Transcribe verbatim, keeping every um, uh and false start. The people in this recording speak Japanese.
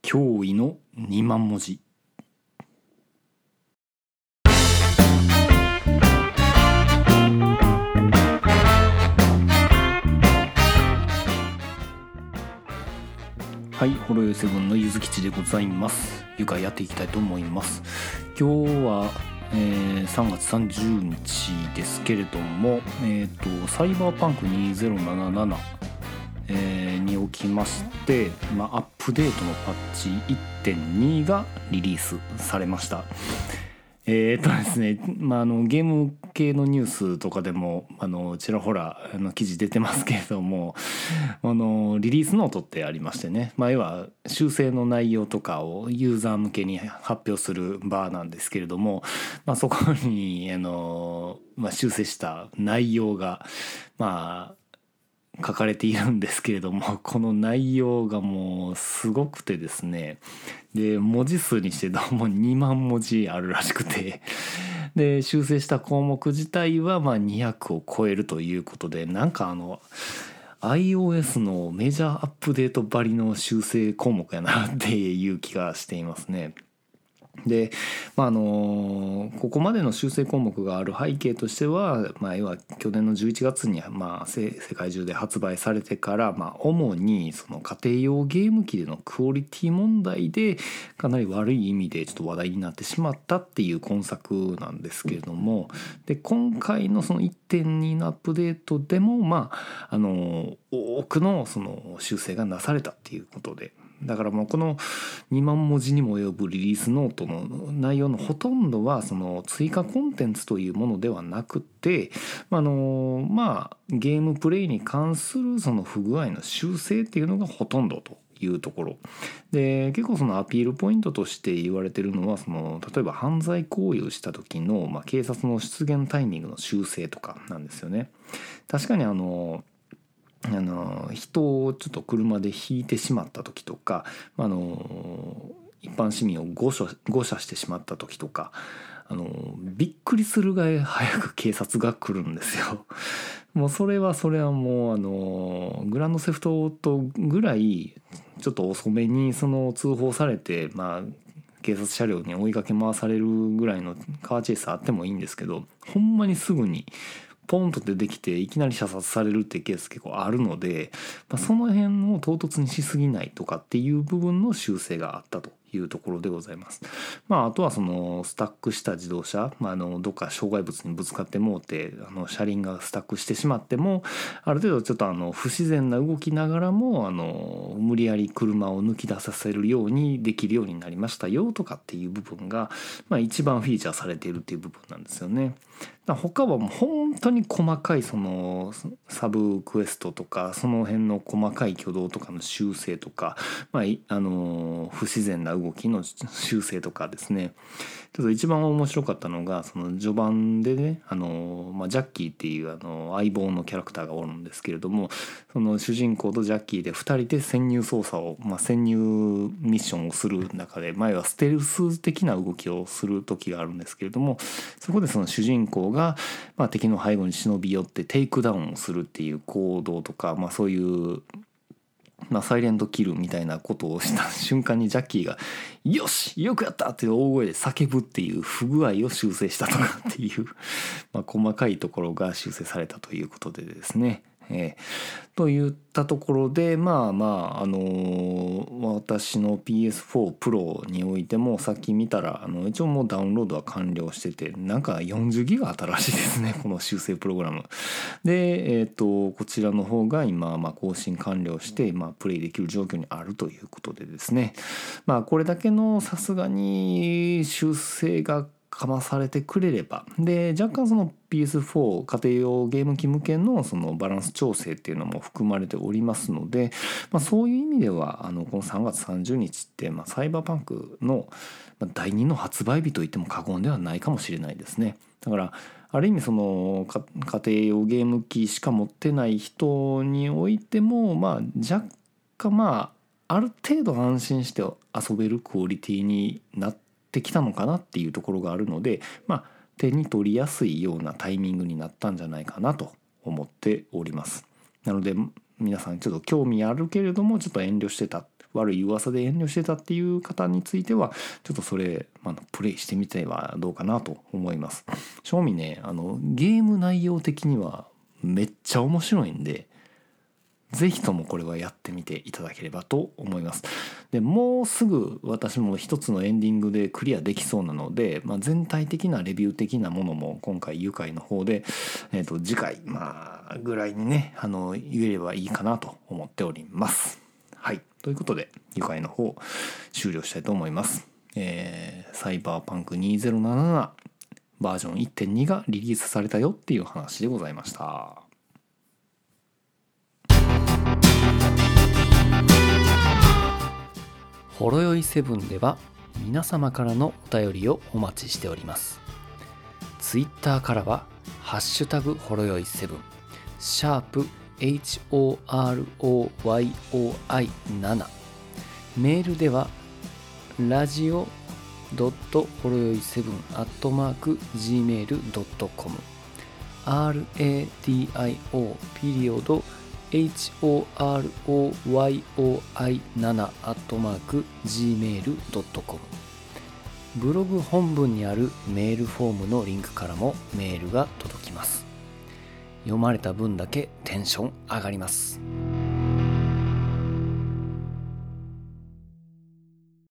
驚異のにまん文字。はい、ホロヨイセブンのゆずきちでございます。愉快やっていきたいと思います。今日は、えー、さんがつさんじゅうにちですけれども、えーと、サイバーパンクにせんななじゅうなな、えー、におきまして、まあ、アップデートのパッチ いってんに がリリースされました。えーとですねまあ、あのゲーム系のニュースとかでもあのちらほらあの記事出てますけれども、あのリリースノートってありましてね、まあ、要は修正の内容とかをユーザー向けに発表する場なんですけれども、まあ、そこにあの、まあ、修正した内容がまあ書かれているんですけれども、この内容がもうすごくてですね、で文字数にしてどうもにまん文字あるらしくて、で修正した項目自体はまあにひゃくを超えるということで、なんかあの iOS のメジャーアップデートばりの修正項目やなっていう気がしていますね。で、まああのここまでの修正項目がある背景としては、まあ、要は去年のじゅういちがつに、まあ、世界中で発売されてから、まあ、主にその家庭用ゲーム機でのクオリティ問題でかなり悪い意味でちょっと話題になってしまったっていう今作なんですけれども、で今回のその いってんに のアップデートでも、まあ、あの多くのその修正がなされたっていうことで、だからもうこのにまん文字にも及ぶリリースノートの内容のほとんどはその追加コンテンツというものではなくて、あのまあゲームプレイに関するその不具合の修正っていうのがほとんどというところで、結構そのアピールポイントとして言われてるのは、その例えば犯罪行為をした時の、まあ、警察の出現タイミングの修正とかなんですよね。確かにあのあの人をちょっと車でひいてしまった時とか、あの一般市民を誤射、誤射してしまった時とか、あのびっくりするぐらい早く警察が来るんですよ。もうそれはそれはもうあのグランドセフトオートぐらいちょっと遅めにその通報されて、まあ警察車両に追いかけ回されるぐらいのカーチェイスあってもいいんですけど、ほんまにすぐにポンと出てきていきなり射殺されるっていうケース結構あるので、まあ、その辺を唐突にしすぎないとかっていう部分の修正があったというところでございます。まあ、あとはそのスタックした自動車、まあ、あのどっか障害物にぶつかってもうてあの車輪がスタックしてしまっても、ある程度ちょっとあの不自然な動きながらもあの無理やり車を抜き出させるようにできるようになりましたよとかっていう部分が、まあ、一番フィーチャーされているっていう部分なんですよね。他はもう本当に細かいそのサブクエストとかその辺の細かい挙動とかの修正とか、まあ、あの不自然な動きの修正とかですね。ちょっと一番面白かったのがその序盤でね、あの、まあ、ジャッキーっていうあの相棒のキャラクターがおるんですけれども、その主人公とジャッキーでふたりで潜入捜査を、まあ、潜入ミッションをする中で前はステルス的な動きをする時があるんですけれども、そこでその主人公が、まあ、敵の背後に忍び寄ってテイクダウンをするっていう行動とか、まあ、そういうまあ、サイレントキルみたいなことをした瞬間にジャッキーが「よしよくやった!」って大声で叫ぶっていう不具合を修正したとかっていう、まあ、細かいところが修正されたということでですね、えー、といったところでまあまああのー、私の ピーエスフォー Pro においてもさっき見たらあの一応もうダウンロードは完了してて、なんかよんじゅうギガあったらしいですね、この修正プログラムで。えっとこちらの方が今まあ更新完了してまあプレイできる状況にあるということでですね、まあこれだけのさすがに修正がかまされてくれれば、で若干その ピーエスフォー 家庭用ゲーム機向けのそのバランス調整っていうのも含まれておりますので、まあ、そういう意味ではあのこのさんがつさんじゅうにちってまあサイバーパンクのだいにの発売日といっても過言ではないかもしれないですね。だからある意味その家庭用ゲーム機しか持ってない人においてもまあ若干まあある程度安心して遊べるクオリティになってきたのかなっていうところがあるので、まあ手に取りやすいようなタイミングになったんじゃないかなと思っております。なので皆さんちょっと興味あるけれどもちょっと遠慮してた悪い噂で遠慮してたっていう方についてはちょっとそれ、まあ、プレイしてみてはどうかなと思います。正味ね、あのゲーム内容的にはめっちゃ面白いんで、ぜひともこれはやってみていただければと思います。でもうすぐ私も一つのエンディングでクリアできそうなので、まあ、全体的なレビュー的なものも今回愉快の方で、えー、と次回まあぐらいにねあの言えればいいかなと思っております。はい、ということで愉快の方終了したいと思います。えー、サイバーパンクにせんななじゅうななバージョン いってんに がリリースされたよっていう話でございました。ほろよいセブンでは皆様からのお便りをお待ちしております。ツイッターからはハッシュタグほろよいセブン、シャープ エイチオーアールオーワイオーアイセブン、メールではラジオドットほろよいセブンアットマーク ジーメールドットコム アールエーディーアイオー ピリオド エイチオーアールオーワイオーアイセブン アットマーク ジーメールドットコム、 ブログ本文にあるメールフォームのリンクからもメールが届きます。読まれた分だけテンション上がります。